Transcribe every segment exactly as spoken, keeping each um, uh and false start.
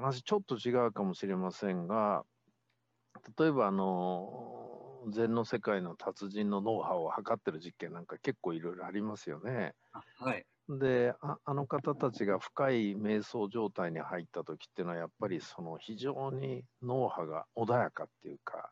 話ちょっと違うかもしれませんが、例えばあの禅の世界の達人のノウハウを測ってる実験なんか結構いろいろありますよね。 あ、はい。 で、あ、あの方たちが深い瞑想状態に入った時っていうのはやっぱりその非常に脳波が穏やかっていうか、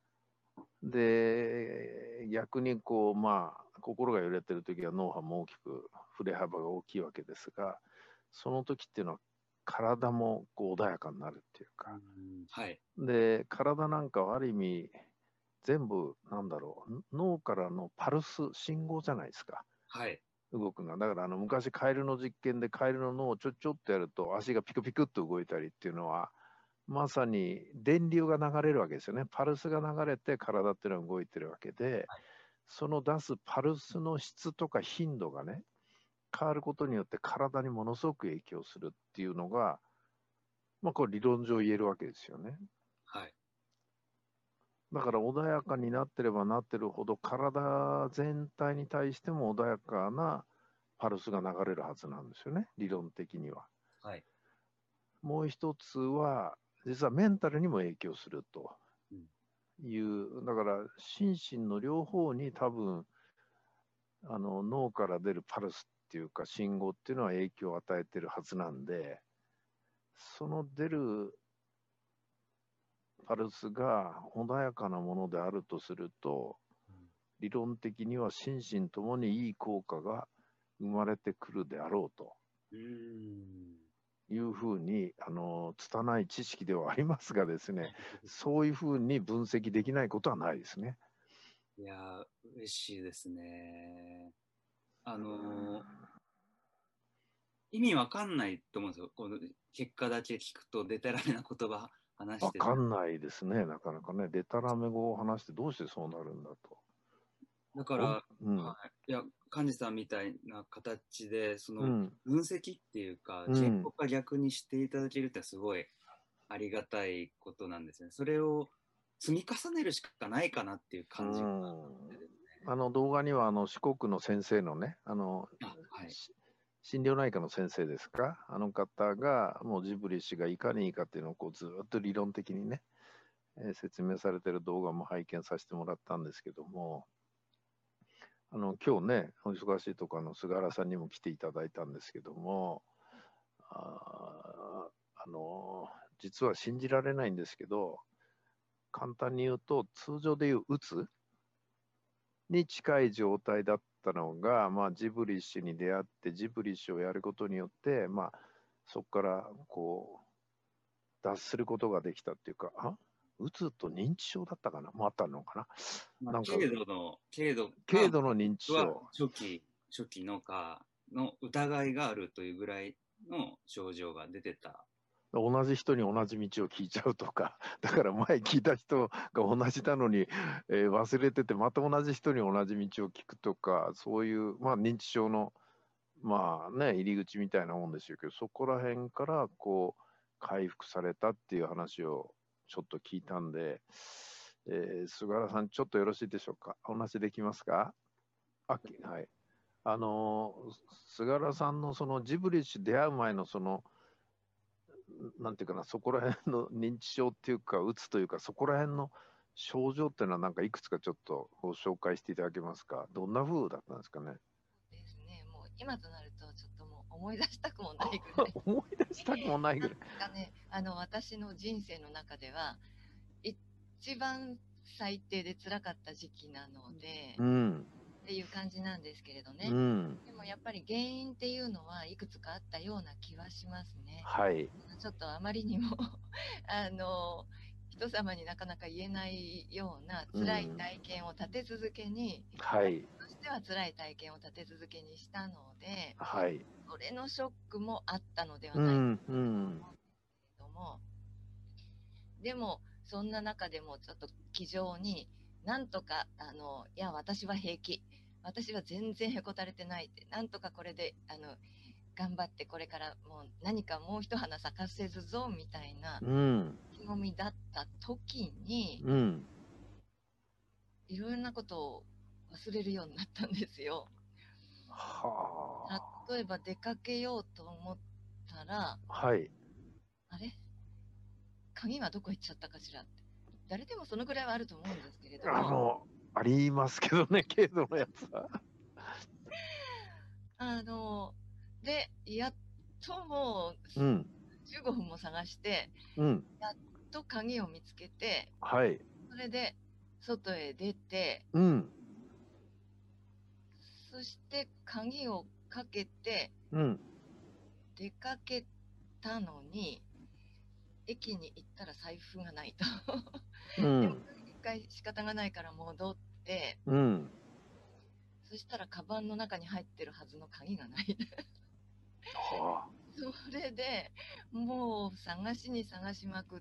で逆にこうまあ心が揺れてる時は脳波も大きく振れ幅が大きいわけですが、その時っていうのは体もこう穏やかになるっていううか、 ん、はい。 で体なんかはある意味全部なんだろう、脳からのパルス信号じゃないですか、 はい。 動くが。だからあの昔カエルの実験でカエルの脳をちょちょっとやると足がピクピクっと動いたりっていうのはまさに電流が流れるわけですよね。パルスが流れて体っていうのは動いてるわけで、 はい。 その出すパルスの質とか頻度がね変わることによって体にものすごく影響するっていうのが、まあこれ理論上言えるわけですよね。 はい。 だから穏やかになってればなってるほど体全体に対しても穏やかなパルスが流れるはずなんですよね、理論的には。 はい。 もう一つは実はメンタルにも影響するとうん。 いう、だから心身の両方に多分あの脳から出るパルスっていうか信号っていうのは影響を与えてるはずなんで、その出るパルスが穏やかなものであるとすると、 うん。 理論的には心身ともにいい効果が生まれてくるであろうとうーん。 いうふうに、あの拙い知識ではありますがですね、そういうふうに分析できないことはないですね。 いやー、嬉しいですね。あのー意味わかんないと思うんですよ。この結果だけ聞くと、デタラメな言葉話してて。 わかんないですね、なかなかね。でたらめ語を話してどうしてそうなるんだと。ほん、 だから、 うん、 はい。いや、幹事さんみたいな形で、そのうん、 分析っていうか、言語うん、 化逆にしていただけるってすごいありがたいことなんですね。それを積み重ねるしかないかなっていうう感じがあってん。 ですね。 あの動画にはあの四国の先生のね、あのあ、はい。 し心療内科の先生ですか、あの方がもうジブリ氏がいかにいいかっていうのをこうずっと理論的にね、えー説明されてる動画も拝見させてもらったんですけども、あの今日ね、お忙しいところの菅原さんにも来ていただいたんですけども、ああの実は信じられないんですけど、簡単に言うと通常でいううつに近い状態だったのが、まあ、ジブリッシュに出会ってジブリッシュをやることによって、まあ、そこからこう脱することができたっていうか、あうつと認知症だったかなもあったのかまあ、 な、なんか軽度の、軽度か、 軽度の認知は症。 初期、初期のかの疑いがあるというぐらいの症状が出てた。 同じ人に同じ道を聞いちゃうとか、だから前聞いた人が同じなのに、えー忘れてて、また同じ人に同じ道を聞くとか、そういう、まあ、認知症の、まあね、入り口みたいなもんですけど、そこら辺からこう回復されたっていう話をちょっと聞いたんで、えー菅原さん、ちょっとよろしいでしょうか。お話できますか。あ、はい。あの、菅原さんのそのジブリッシュ出会う前のその、なんていうかな、そこら辺の認知症っていうか、うつというか、そこら辺の症状っていうのは、なんかいくつかちょっとご紹介していただけますか。どんな風だったんですかね。 ですね。もう今となるとちょっともう思い出したくもないぐらい。 思い出したくもないぐらい。 なんですかね、あの私の人生の中では一番最低で辛かった時期なのでうん、 っていう感じなんですけれどね。 うん、 でもやっぱり原因っていうのはいくつかあったような気はしますね。 はい、 ちょっとあまりにもあの人様になかなか言えないような辛いうん、 体験を立て続けに、 はい、 としては辛い体験を立て続けにしたので、 はい、 それのショックもあったのではないかうん、うなとは思ん、 うんですけれども、でもそんな中でもちょっと気丈になんとかあのいや私は平気、私は全然へこたれてないって、なんとかこれであの頑張ってこれからもう何かもう一花咲かせるぞみたいなうん、 意気込みだった時に、 うん、 いろんなことを忘れるようになったんですよ。 は例えば出かけようと思ったら、 あ、はい、 あれ鍵はどこ行っちゃったかしらって。誰でもそのぐらいはあると思うんですけれども、 あの、ありますけどね、軽度のやつは。 あの、で、やっともううん、 じゅうごふんも探して、 うん、 やっと鍵を見つけて、 はい、 それで外へ出て、 うん、 そして鍵をかけてうん、 出かけたのに、駅に行ったら財布がないと。 うでもん、 一回仕方がないから戻って、 うん。 そしたらカバンの中に入ってるはずの鍵がない。 はそれでもう探しに探しまくって、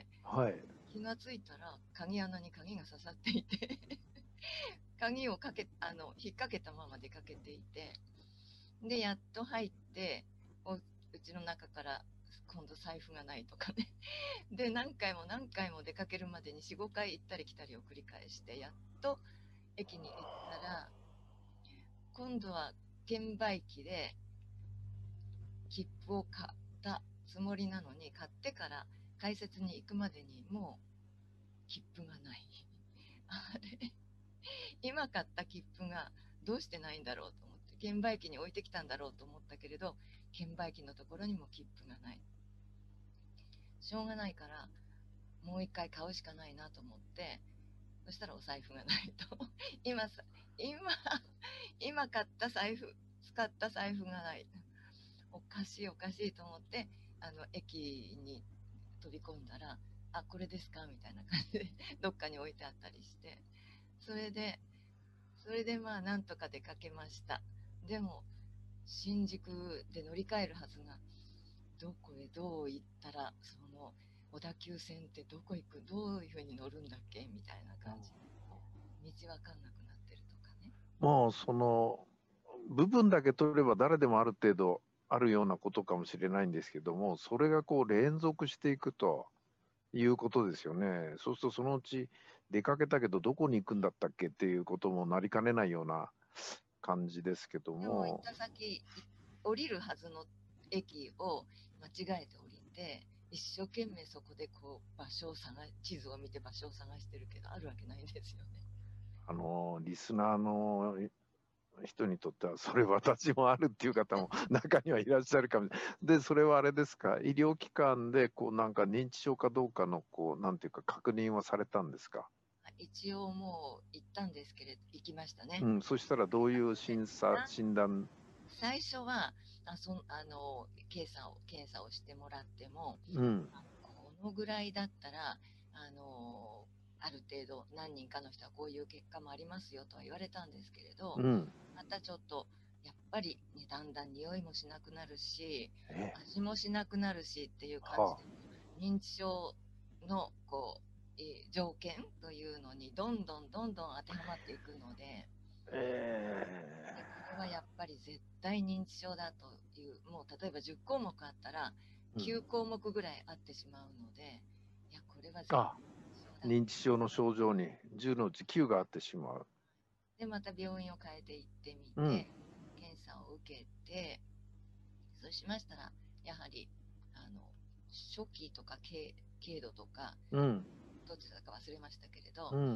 あ、はい、 気がついたら鍵穴に鍵が刺さっていて鍵をかけあの引っ掛けたまま出かけていて、でやっと入っておうちの中から今度財布がないとかね。で何回も何回も出かけるまでによん、ごかい行ったり来たりを繰り返して、やっと駅に行ったら、今度は券売機で切符を買ったつもりなのに、買ってから改札に行くまでにもう切符がない。あれ、今買った切符がどうしてないんだろうと思って、券売機に置いてきたんだろうと思ったけれど、券売機のところにも切符がない。しょうがないからもう一回買うしかないなと思って、そしたらお財布がないと。今さ今今買った財布使った財布がない。おかしいおかしいと思って、あの駅に飛び込んだら、あ、これですかみたいな感じでどっかに置いてあったりして、それでそれでまあなんとか出かけました。でも新宿で乗り換えるはずが、どこへどう行ったら、その小田急線ってどこ行く、どういう風に乗るんだっけみたいな感じで、道わかんなくなってるとかね。 もうその部分だけ取れば誰でもある程度あるようなことかもしれないんですけども、それがこう連続していくということですよね。そうするとそのうち出かけたけどどこに行くんだったっけっていうこともなりかねないような感じですけどでも行っも。 た先、い降りるはずの駅を間違えて降りて、一生懸命そこでこう場所を探地図を見て場所を探してるけど、あるわけないんですよね。 あのリスナーの人にとってはそれ私もあるっていう方も中にはいらっしゃるかもしれない。でそれはあれですか、医療機関でこうなんか認知症かどうかのこうなんていうか確認はされたんですか？ 一応もう行ったんですけれど、行きましたね。 うん、そしたらどういう診査診断？ 最初はあそあの検査を検査をしてもらっても、 うん、 あこのぐらいだったらあのある程度何人かの人はこういう結果もありますよとは言われたんですけれど、 うん、 またちょっとやっぱり、ね、だんだん匂いもしなくなるし、 え、 味もしなくなるしっていう感はじで、認知症のこう、えー条件というのにどんどんどんどん当てはまっていくので、 あ、えでこれはやっぱり絶対認知症だという、もう例えばじゅっこうもくあったらー、 きゅうこうもくぐらいあってしまうので、いや、これは絶対あ、認知症の症状にじゅうのうちきゅうがあってしまう。 で、また病院を変えていってみうん、 て、検査を受けて、そうしましたら、やはり、あの、初期とか軽軽度とか、 うん、 どっちだか忘れましたけれど、 うん、うん、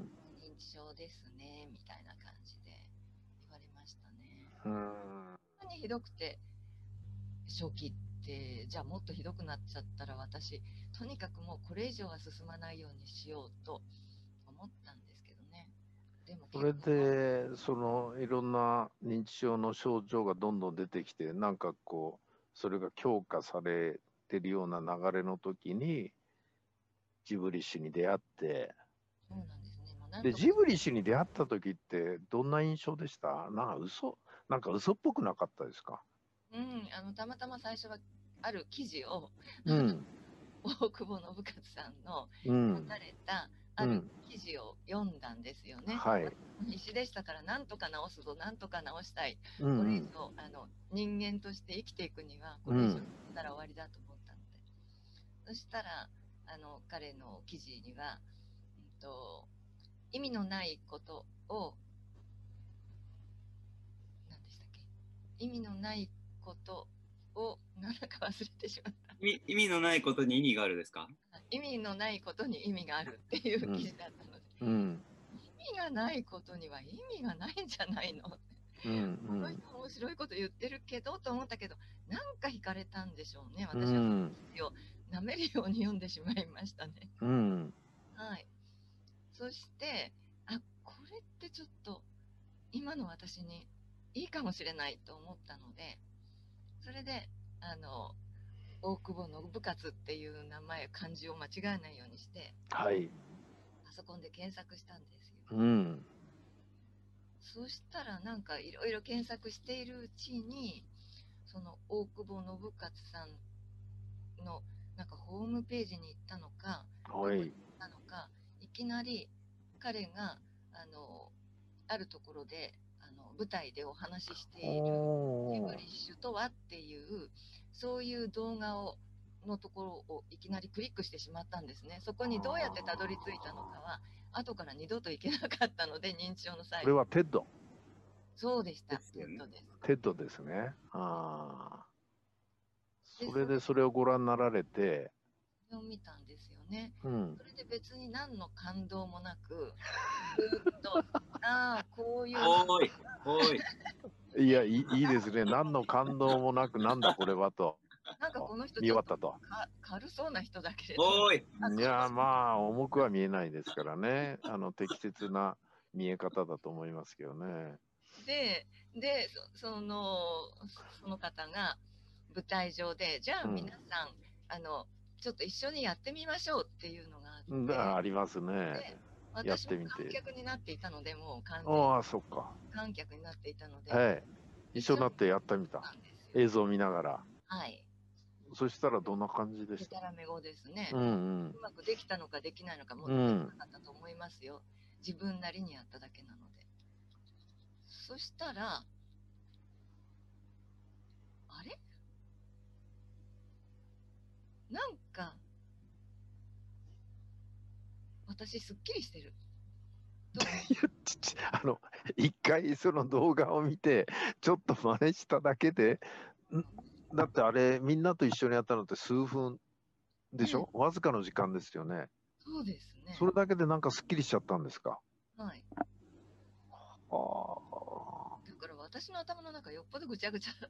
認知症ですね、みたいな感じで言われましたね。 うん。 そんなにひどくて、初期って、じゃあもっとひどくなっちゃったら私、とにかくもうこれ以上は進まないようにしようと思ったんですけどね。でもそれ結構、 でそのいろんな認知症の症状がどんどん出てきて、なんかこうそれが強化されてるような流れの時にジブリ氏に出会って、 そうなんですね。もうなんとかでジブリ氏に出会った時ってどんな印象でした？なんか嘘なんか嘘っぽくなかったですか？ うん、あのたまたま最初はある記事をうん、 大久保信勝さんのうん、 書かれたあるうん、 記事を読んだんですよね。 はい、 必死でしたから、なんとか直すぞ、なんとか直したい。 うん、 これ以うん、 上あの人間として生きていくにはこれ以上うん、 進んだら終わりだと思ったので、そしたらあの彼の記事には、うんと、意味のないことを何でしたっけ意味のないことを何だか忘れてしまった。 意味意味のないことに意味があるですか？ 意味のないことに意味があるっていう記事だったので、 うん。 意味がないことには意味がないんじゃないの、 うん。 この人面白いこと言ってるけどと思ったけど、なんか惹かれたんでしょうね。 う私はそのん。 記事を舐めるように読んでしまいましたね。 うん。 はい。そして、あ、これってちょっと今の私にいいかもしれないと思ったので、それで、あの、大久保信勝っていう名前、漢字を間違えないようにして、 はい。 パソコンで検索したんですよ。 うん。 そしたらなんかいろいろ検索しているうちに、その大久保信勝さんのなんかホームページに行ったのか、どこに行はい。 ったのか、いきなり彼があのあるところであの舞台でお話ししているジおー。 ブリッシュとはっていうそういう動画をのところをいきなりクリックしてしまったんですね。そこにどうやってたどり着いたのかは後から二度と行けなかったので、認知症の際これはテッド。 そうでした。 ですよねテッドです。 テッドですね。ああ。 でそれでそれをご覧になられて、 それを見たんですよね。 うんそ。れで別に何の感動もなく、ずっと、ああ、こういう、 おーい、おーい。 いや、いいいいですね。何の感動もなく、なんだこれはと。 なんかこの人見終わったと。 か軽そうな人だけれど、 おーい。 いや、まあ、重くは見えないですからね。あの、適切な見え方だと思いますけどね。 で、で、そその、その方が舞台上で、じゃあうん皆さん、あの、ちょっと一緒にやってみましょうっていうのがあって、 だありますね。 で、 やっ私も観てみて。 客になっていたので、もう完全にああ、そっか。 観客になっていたので、 はい。一緒になってやってみた。 なんですよ。 映像を見ながら。 はい。 そしたらどんな感じでした？ でたらめ語ですね。 うんうんうまくできたのかできないのかもっとできなかったと思いますよ。自分なりにやっただけなので。そしたら、あれなんか、私すっきりしてる。といやちちあの一回その動画を見てちょっと真似しただけでんだってあれみんなと一緒にやったのって数分でしょ、わずかの時間ですよね。 そうですね。 それだけでなんかすっきりしちゃったんですか？ はい。 ああ。 だから私の頭の中よっぽどぐちゃぐちゃだった。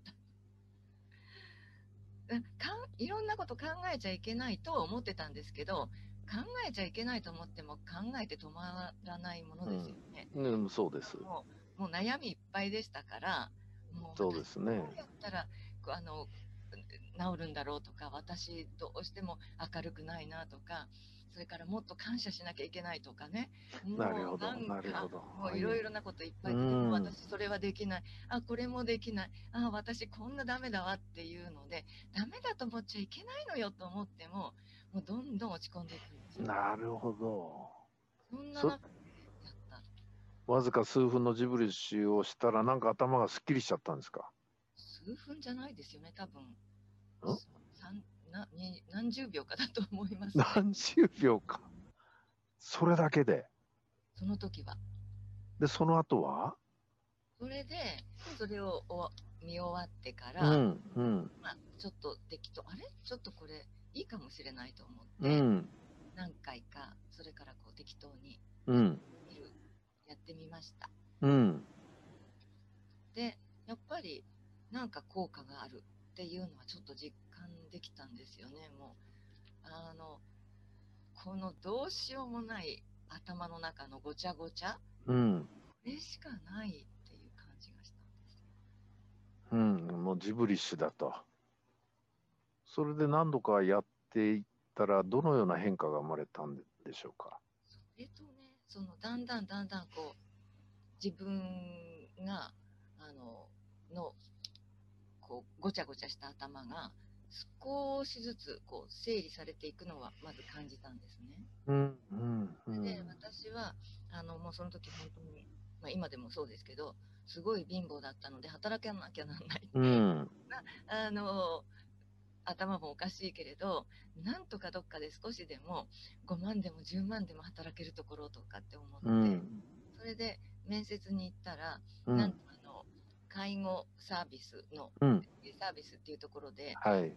うんかんいろんなこと考えちゃいけないとは思ってたんですけど、考えちゃいけないと思っても考えて止まらないものですよね。 うん、そうです。 もうもう悩みいっぱいでしたから、もうそうですね私どうやったらこうあの治るんだろうとか、私どうしても明るくないなとか、それからもっと感謝しなきゃいけないとかね、もなるほどうなんかなるほど。 もういろいろなこといっぱいで、 うんでも私それはできない、あ、これもできない、あ、私こんなダメだわっていうので、ダメだと思っちゃいけないのよと思っても、もうどんどん落ち込んでいくんですよ。 なるほど。 そんなそ中でやった。 わずか数分のジブリッシュをしたらなんか頭がすっきりしちゃったんですか？ 数分じゃないですよね、多分。 ん三なに何十秒かだと思いますね。 何十秒か。それだけで。 その時は。 で、その後はそれで、それをお見終わってかうら、 ん、うん、 まあ、ちょっと適当、あれちょっとこれいいかもしれないと思って、 うん、 何回か、それからこう適当にうん、 見る、やってみました。 うん。 で、やっぱりなんか効果があるっていうのはちょっと実感できたんですよね、もう。あの、このどうしようもない頭の中のごちゃごちゃ、 うん、 これしかないっていう感じがしたんですよ。 うん、もうジブリッシュだと。それで何度かやっていったら、どのような変化が生まれたんでしょうか。 それとね、そのだんだんだんだんこう、自分が、あの、の、こう、ごちゃごちゃした頭が、少しずつこう整理されていくのはまず感じたんですね。 うん、うん、うで、 ん。 私は、あの、もうその時本当に、まあ今でもそうですけど、すごい貧乏だったので働かなきゃならない。 うん、 あの、頭もおかしいけれど、なんとかどっかで少しでもごまんでもじゅうまんでも働けるところとかって思って、 うん、 それで面接に行ったら、 うんなんとあの介護サービスの、 うん。 サービスっていうところではい。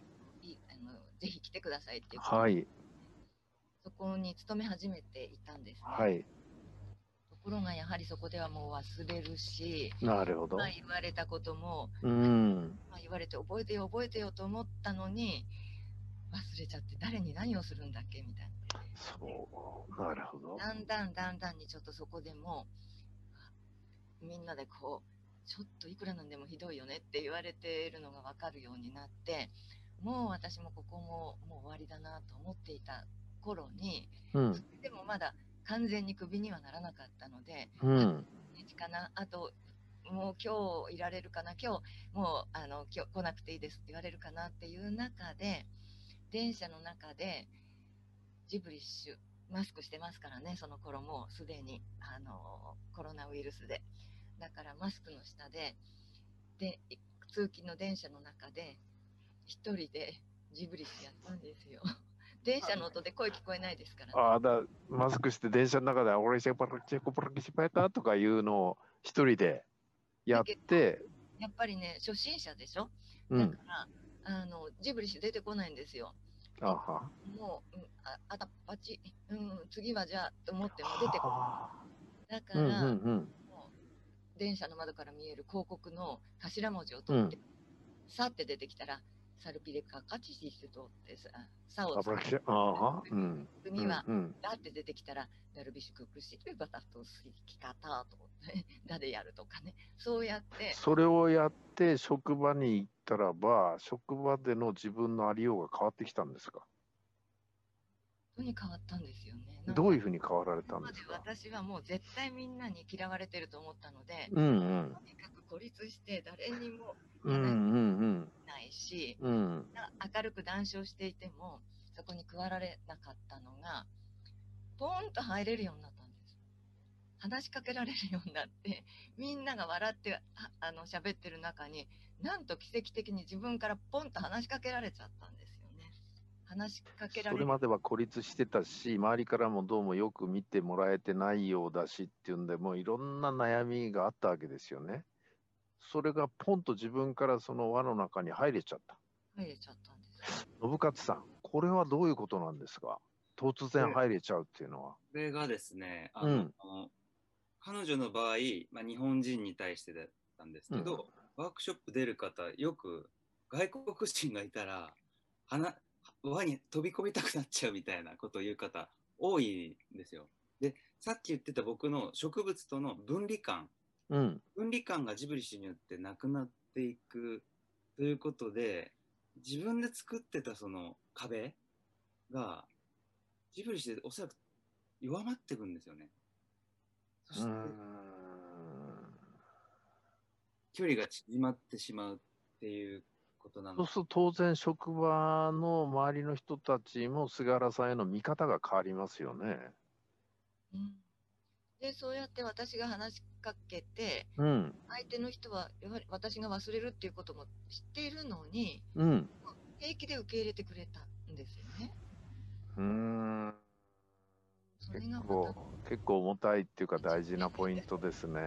いあのぜひ来てくださいっていうことで、 はい。 そこに勤め始めていたんですね。 はい。 ところがやはりそこではもう忘れるし、 なるほど。 まあ、言われたことも、 うん。 まあ、言われて覚えてよ覚えてよと思ったのに忘れちゃって、誰に何をするんだっけみたいな。 そう、なるほど。 だんだんだんだんにちょっとそこでもみんなでこうちょっといくらなんでもひどいよねって言われているのが分かるようになって、もう私もここももう終わりだなと思っていた頃に、 うん。 それでもまだ完全にクビにはならなかったので、 うん。 日かな、あともう今日いられるかな、今日もうあの今日来なくていいですって言われるかなっていう中で、電車の中でジブリッシュマスクしてますからね、その頃もうすでにあのコロナウイルスで、だからマスクの下でで通勤の電車の中で一人でジブリッシュやったんですよ。電車の音で声聞こえないですからね。 ああ、だ、マスクして電車の中で、俺シェパラチェコパラキシパヤカとかいうのを一人でやっだけどて、 やっぱりね、初心者でしょ。 うん。 だからあのジブリッシュ出てこないんですよ。 あは。 もう、うん、ああたっぱち、うん、次はじゃあと思っても出てこはない。だあ。うんから、 うんもう電車の窓から見える広告の頭文字をうん。う取って、 ん。 さって出てきたら、サルピレカカチシシとってさ、さをつけて、 パラキシ、あは。うん。 次は、 うんうん。 だって出てきたら、ダルビッシュククシというバタとスイキカタと思って、だでやるとかね、そうやって、 それをやって職場に行ったらば、職場での自分のありようが変わってきたんですか？ 本当に変わったんですよね。なんかどういうふうに変わられたん今までですか？ 私はもう絶対みんなに嫌われてると思ったので、 うんうん。 とにかく孤立して誰にもうん話しうんないし、 うん。うん。 明るく談笑していてもそこに加わられなかったのが、ポーンと入れるようになったんです。話しかけられるようになって、みんなが笑ってああの喋ってる中に、なんと奇跡的に自分からポンと話しかけられちゃったんですよね。話しかけられる。 それまでは孤立してたし、周りからもどうもよく見てもらえてないようだしっていうんで、もういろんな悩みがあったわけですよね。それがポンと自分からその輪の中に入れちゃった。 入れちゃったんです。 信勝さん、これはどういうことなんですか？突然入れちゃうっていうのは。 これがですね、あの、 うん彼女の場合、まあ、日本人に対してだったんですけど、ワークショップ出る方、よく外国人がいたら、花輪に飛び込みたくなっちゃうみたいなことを言う方、多いんですよ。で、さっき言ってた僕の植物との分離感、 うん分離感がジブリッシュによってなくなっていくということで、自分で作ってたその壁が、ジブリッシュでおそらく弱まっていくんですよね。そして、 うーん距離が縮まってしまうっていうことなので、 そうすると当然職場の周りの人たちも菅原さんへの見方が変わりますよね。 うんで、そうやって私が話しかけて、 うん相手の人はやはり私が忘れるっていうことも知っているのに、 うん平気で受け入れてくれたんですよね。 うーん結それがまた構結構重たいっていうか大事なポイントですね。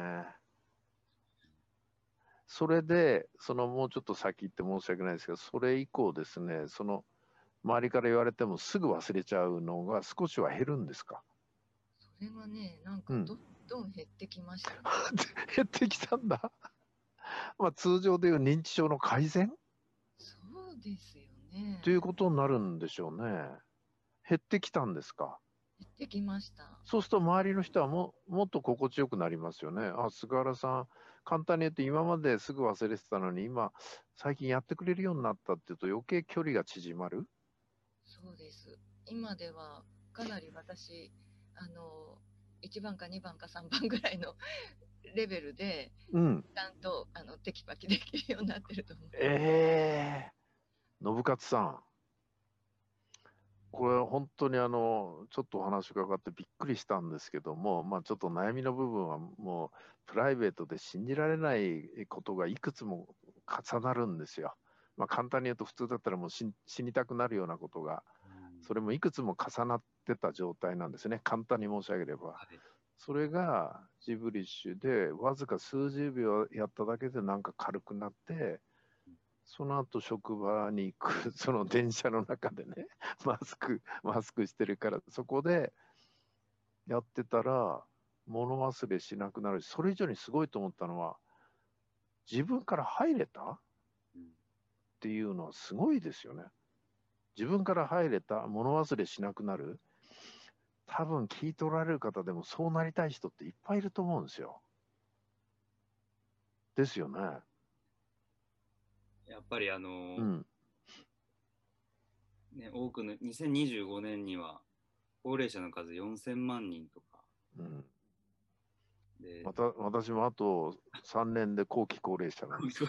それでそのもうちょっと先行って申し訳ないですけど、それ以降ですね、その周りから言われてもすぐ忘れちゃうのが少しは減るんですか？ それがね、なんかうんどんどん減ってきましたね。 減ってきたんだ。まあ通常でいう認知症の改善そうですよね。 ということになるんでしょうね。減ってきたんですか？ 減ってきました。 そうすると周りの人はももっと心地よくなりますよね。あ、菅原さん、簡単に言うと今まですぐ忘れてたのに今最近やってくれるようになったっていうと余計距離が縮まる。 そうです。今ではかなり私、あの、いちばんかにばんかさんばんぐらいのレベルで、 うん。 ちゃんとあのテキパキできるようになってると思う。 ええー、信勝さん。これ本当にあのちょっとお話伺ってびっくりしたんですけども、まあ、ちょっと悩みの部分はもうプライベートで信じられないことがいくつも重なるんですよ。まあ、簡単に言うと普通だったらもう死死にたくなるようなことがそれもいくつも重なってた状態なんですね。簡単に申し上げれば。 はい、 それがジブリッシュでわずか数十秒やっただけでなんか軽くなって、 その後職場に行く、その電車の中でね、マスク、マスクしてるから、そこでやってたら、物忘れしなくなるし、それ以上にすごいと思ったのは、自分から入れたっうんていうのはすごいですよね。自分から入れた、物忘れしなくなる。多分聞い取られる方でもそうなりたい人っていっぱいいると思うんですよ。ですよね。 やっぱりあの、 うん。 ね、多くのにせんにじゅうごねんには高齢者の数よんせんまんにんとかうん、 で、 また私もあとさんねんで後期高齢者なんです。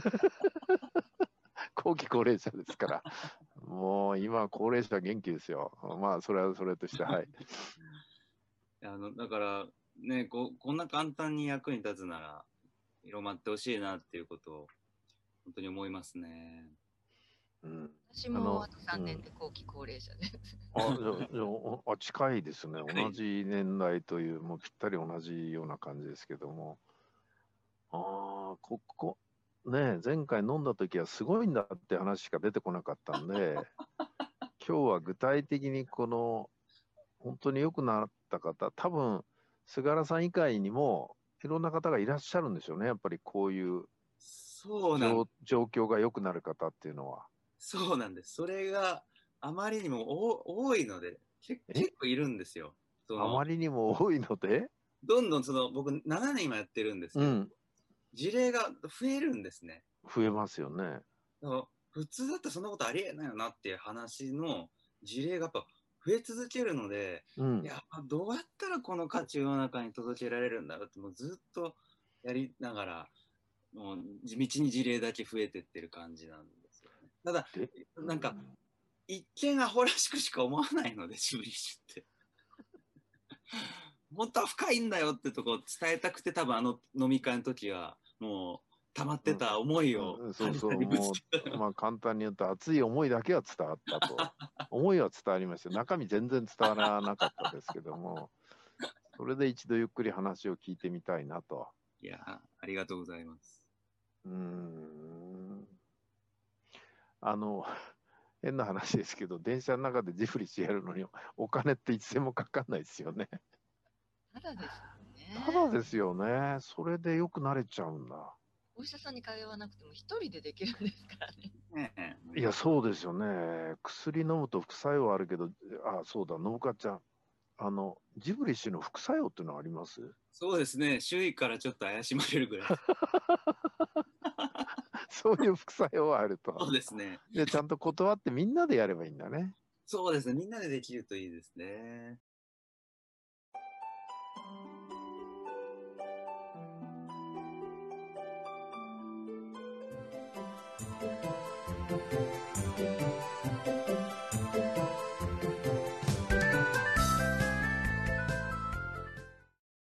後期高齢者ですから、もう今、高齢者元気ですよ。まあ、それはそれとして、はい。 あのだからねこ、こんな簡単に役に立つなら広まってほしいなっていうことを本当に思いますね。 うん、 私もあとさんねんで後期高齢者です。 うん、あじゃじゃあ近いですね。同じ年代という、もうぴったり同じような感じですけども。ああ、ここ、ね、前回飲んだ時はすごいんだって話しか出てこなかったんで、今日は具体的にこの、本当に良くなった方、多分菅原さん以外にもいろんな方がいらっしゃるんでしょうね。やっぱりこういうそうなん状状況が良くなる方っていうのは。 そうなんです。それがあまりにもお多いので、けえ結構いるんですよ。そのあまりにも多いので、 どんどんその僕ななねん今やってるんですけど、 うん、 事例が増えるんですね。 増えますよね。 だから普通だったらそんなことありえないよなっていう話の事例がやっぱ増え続けるので、 うんいやどうやったらこの価値を世の中に届けられるんだろうってもうずっとやりながらもう地道に事例だけ増えてってる感じなんですよね。ただでなんか一見アホらしくしか思わないのでジブリッシュって本当は深いんだよってとこ伝えたくて多分あの飲み会の時はもう溜まってた思いをうん、そうそう、 にぶもつけたう、まあ簡単に言うと、熱い思いだけは伝わったと。思いは伝わりました。中身全然伝わらなかったですけども、それで一度ゆっくり話を聞いてみたいなと。 いやありがとうございます。 うーん。あの、変な話ですけど、電車の中でジブリッシュやるのにお金って一銭もかかんないですよね。 ただですよね。 ただですよね。それでよくなれちゃうんだ。 お医者さんに通わなくても一人でできるんですからね。 ねいや、そうですよね。薬飲むと副作用あるけど、あ、そうだ、信香ちゃん。あの、ジブリッシュの副作用っていうのはあります？ そうですね、周囲からちょっと怪しまれるぐらい。 そういう副作用はあると。 そうですね。 で、ちゃんと断ってみんなでやればいいんだね。 そうですね、みんなでできるといいですね。